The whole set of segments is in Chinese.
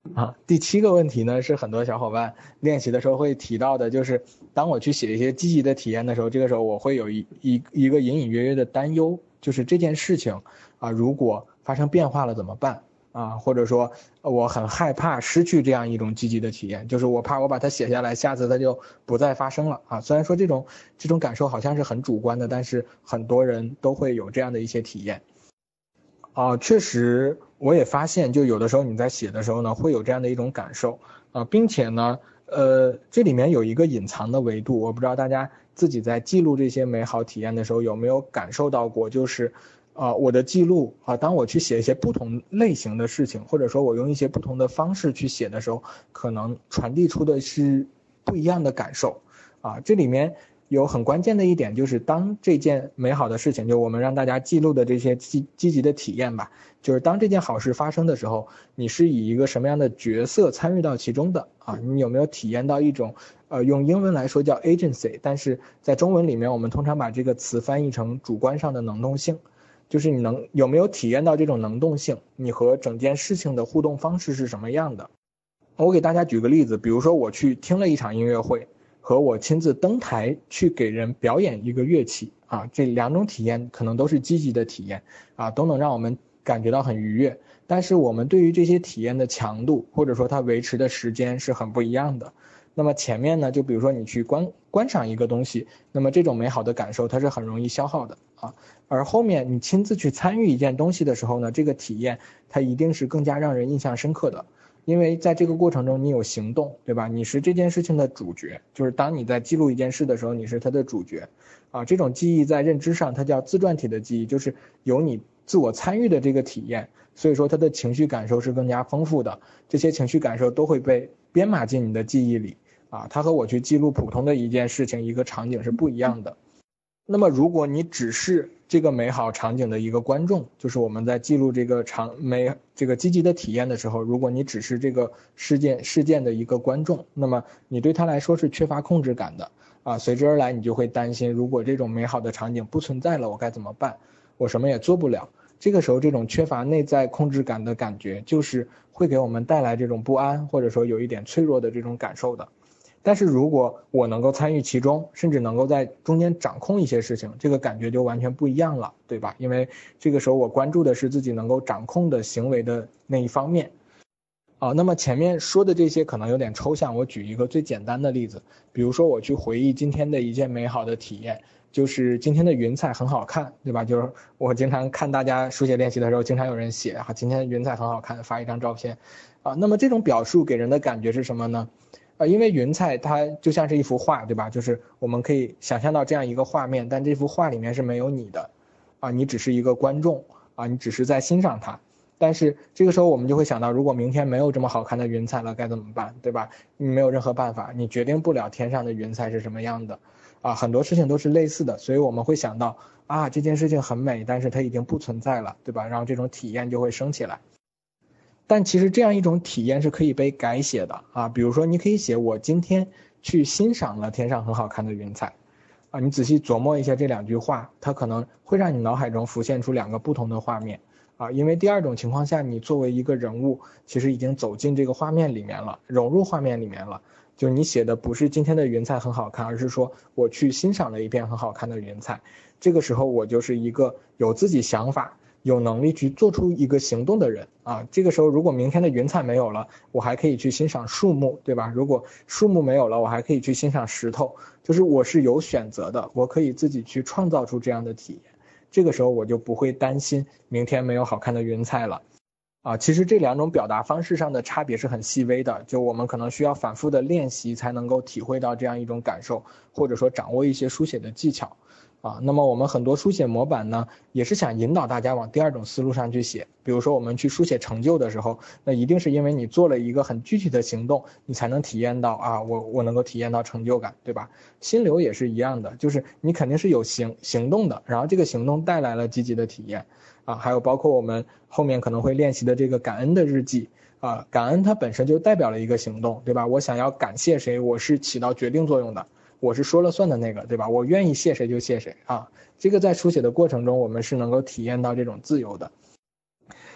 第七个问题呢，是很多小伙伴练习的时候会提到的，就是当我去写一些积极的体验的时候，这个时候我会有一个隐隐约约的担忧，就是这件事情如果发生变化了怎么办或者说我很害怕失去这样一种积极的体验，就是我怕我把它写下来，下次它就不再发生了虽然说这种感受好像是很主观的，但是很多人都会有这样的一些体验。确实，我也发现，就有的时候你在写的时候呢，会有这样的一种感受并且呢，这里面有一个隐藏的维度，我不知道大家自己在记录这些美好体验的时候有没有感受到过，就是我的记录当我去写一些不同类型的事情，或者说我用一些不同的方式去写的时候，可能传递出的是不一样的感受这里面有很关键的一点，就是当这件美好的事情，就我们让大家记录的这些积极的体验吧，就是当这件好事发生的时候，你是以一个什么样的角色参与到其中的你有没有体验到一种用英文来说叫 agency， 但是在中文里面我们通常把这个词翻译成主观上的能动性，就是你有没有体验到这种能动性，你和整件事情的互动方式是什么样的。我给大家举个例子，比如说我去听了一场音乐会，和我亲自登台去给人表演一个乐器这两种体验可能都是积极的体验都能让我们感觉到很愉悦。但是我们对于这些体验的强度，或者说它维持的时间是很不一样的。那么前面呢，就比如说你去观赏一个东西，那么这种美好的感受它是很容易消耗的而后面你亲自去参与一件东西的时候呢，这个体验它一定是更加让人印象深刻的。因为在这个过程中你有行动，对吧？你是这件事情的主角，就是当你在记录一件事的时候，你是它的主角这种记忆在认知上它叫自传体的记忆，就是有你自我参与的这个体验，所以说它的情绪感受是更加丰富的，这些情绪感受都会被编码进你的记忆里它和我去记录普通的一件事情一个场景是不一样的。那么如果你只是这个美好场景的一个观众，就是我们在记录这个这个积极的体验的时候，如果你只是这个事件的一个观众，那么你对它来说是缺乏控制感的随之而来你就会担心，如果这种美好的场景不存在了，我该怎么办？我什么也做不了。这个时候这种缺乏内在控制感的感觉，就是会给我们带来这种不安，或者说有一点脆弱的这种感受的。但是如果我能够参与其中，甚至能够在中间掌控一些事情，这个感觉就完全不一样了，对吧？因为这个时候我关注的是自己能够掌控的行为的那一方面那么前面说的这些可能有点抽象，我举一个最简单的例子，比如说我去回忆今天的一件美好的体验，就是今天的云彩很好看，对吧？就是我经常看大家书写练习的时候，经常有人写今天的云彩很好看，发一张照片那么这种表述给人的感觉是什么呢？因为云彩它就像是一幅画，对吧？就是我们可以想象到这样一个画面，但这幅画里面是没有你的你只是一个观众你只是在欣赏它。但是这个时候我们就会想到，如果明天没有这么好看的云彩了，该怎么办，对吧？你没有任何办法，你决定不了天上的云彩是什么样的很多事情都是类似的，所以我们会想到这件事情很美，但是它已经不存在了，对吧？然后这种体验就会升起来。但其实这样一种体验是可以被改写的比如说你可以写我今天去欣赏了天上很好看的云彩你仔细琢磨一下这两句话，它可能会让你脑海中浮现出两个不同的画面因为第二种情况下，你作为一个人物，其实已经走进这个画面里面了，融入画面里面了。就你写的不是今天的云彩很好看，而是说我去欣赏了一片很好看的云彩。这个时候我就是一个有自己想法，有能力去做出一个行动的人这个时候如果明天的云彩没有了，我还可以去欣赏树木，对吧？如果树木没有了，我还可以去欣赏石头，就是我是有选择的，我可以自己去创造出这样的体验。这个时候我就不会担心明天没有好看的云彩了其实这两种表达方式上的差别是很细微的，就我们可能需要反复的练习才能够体会到这样一种感受，或者说掌握一些书写的技巧那么我们很多书写模板呢，也是想引导大家往第二种思路上去写。比如说我们去书写成就的时候，那一定是因为你做了一个很具体的行动，你才能体验到我能够体验到成就感，对吧？心流也是一样的，就是你肯定是有行动的，然后这个行动带来了积极的体验还有包括我们后面可能会练习的这个感恩的日记感恩它本身就代表了一个行动，对吧？我想要感谢谁，我是起到决定作用的。我是说了算的那个，对吧？我愿意谢谁就谢谁这个在书写的过程中，我们是能够体验到这种自由的。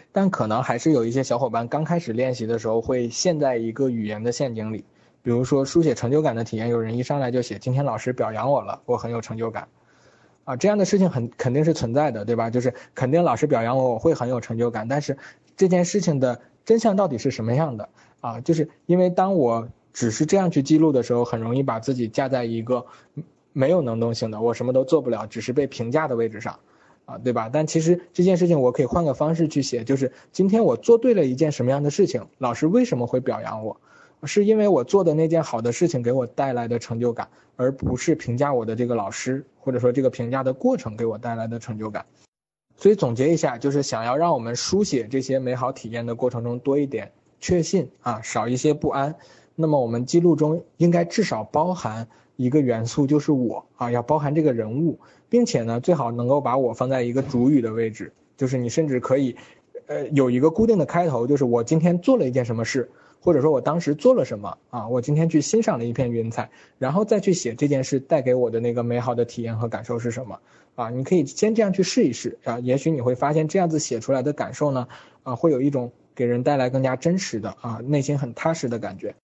但可能还是有一些小伙伴刚开始练习的时候会陷在一个语言的陷阱里，比如说书写成就感的体验，有人一上来就写今天老师表扬我了，我很有成就感啊，这样的事情肯定是存在的，对吧？就是肯定老师表扬我，我会很有成就感，但是这件事情的真相到底是什么样的啊？就是因为当我只是这样去记录的时候，很容易把自己架在一个没有能动性的，我什么都做不了，只是被评价的位置上啊，对吧？但其实这件事情我可以换个方式去写，就是今天我做对了一件什么样的事情，老师为什么会表扬我？是因为我做的那件好的事情给我带来的成就感，而不是评价我的这个老师，或者说这个评价的过程给我带来的成就感。所以总结一下，就是想要让我们书写这些美好体验的过程中多一点确信啊，少一些不安。那么我们记录中应该至少包含一个元素，就是我啊，要包含这个人物，并且呢，最好能够把我放在一个主语的位置，就是你甚至可以，有一个固定的开头，就是我今天做了一件什么事，或者说我当时做了什么啊，我今天去欣赏了一片云彩，然后再去写这件事带给我的那个美好的体验和感受是什么啊？你可以先这样去试一试啊，也许你会发现这样子写出来的感受呢，会有一种给人带来更加真实的啊，内心很踏实的感觉。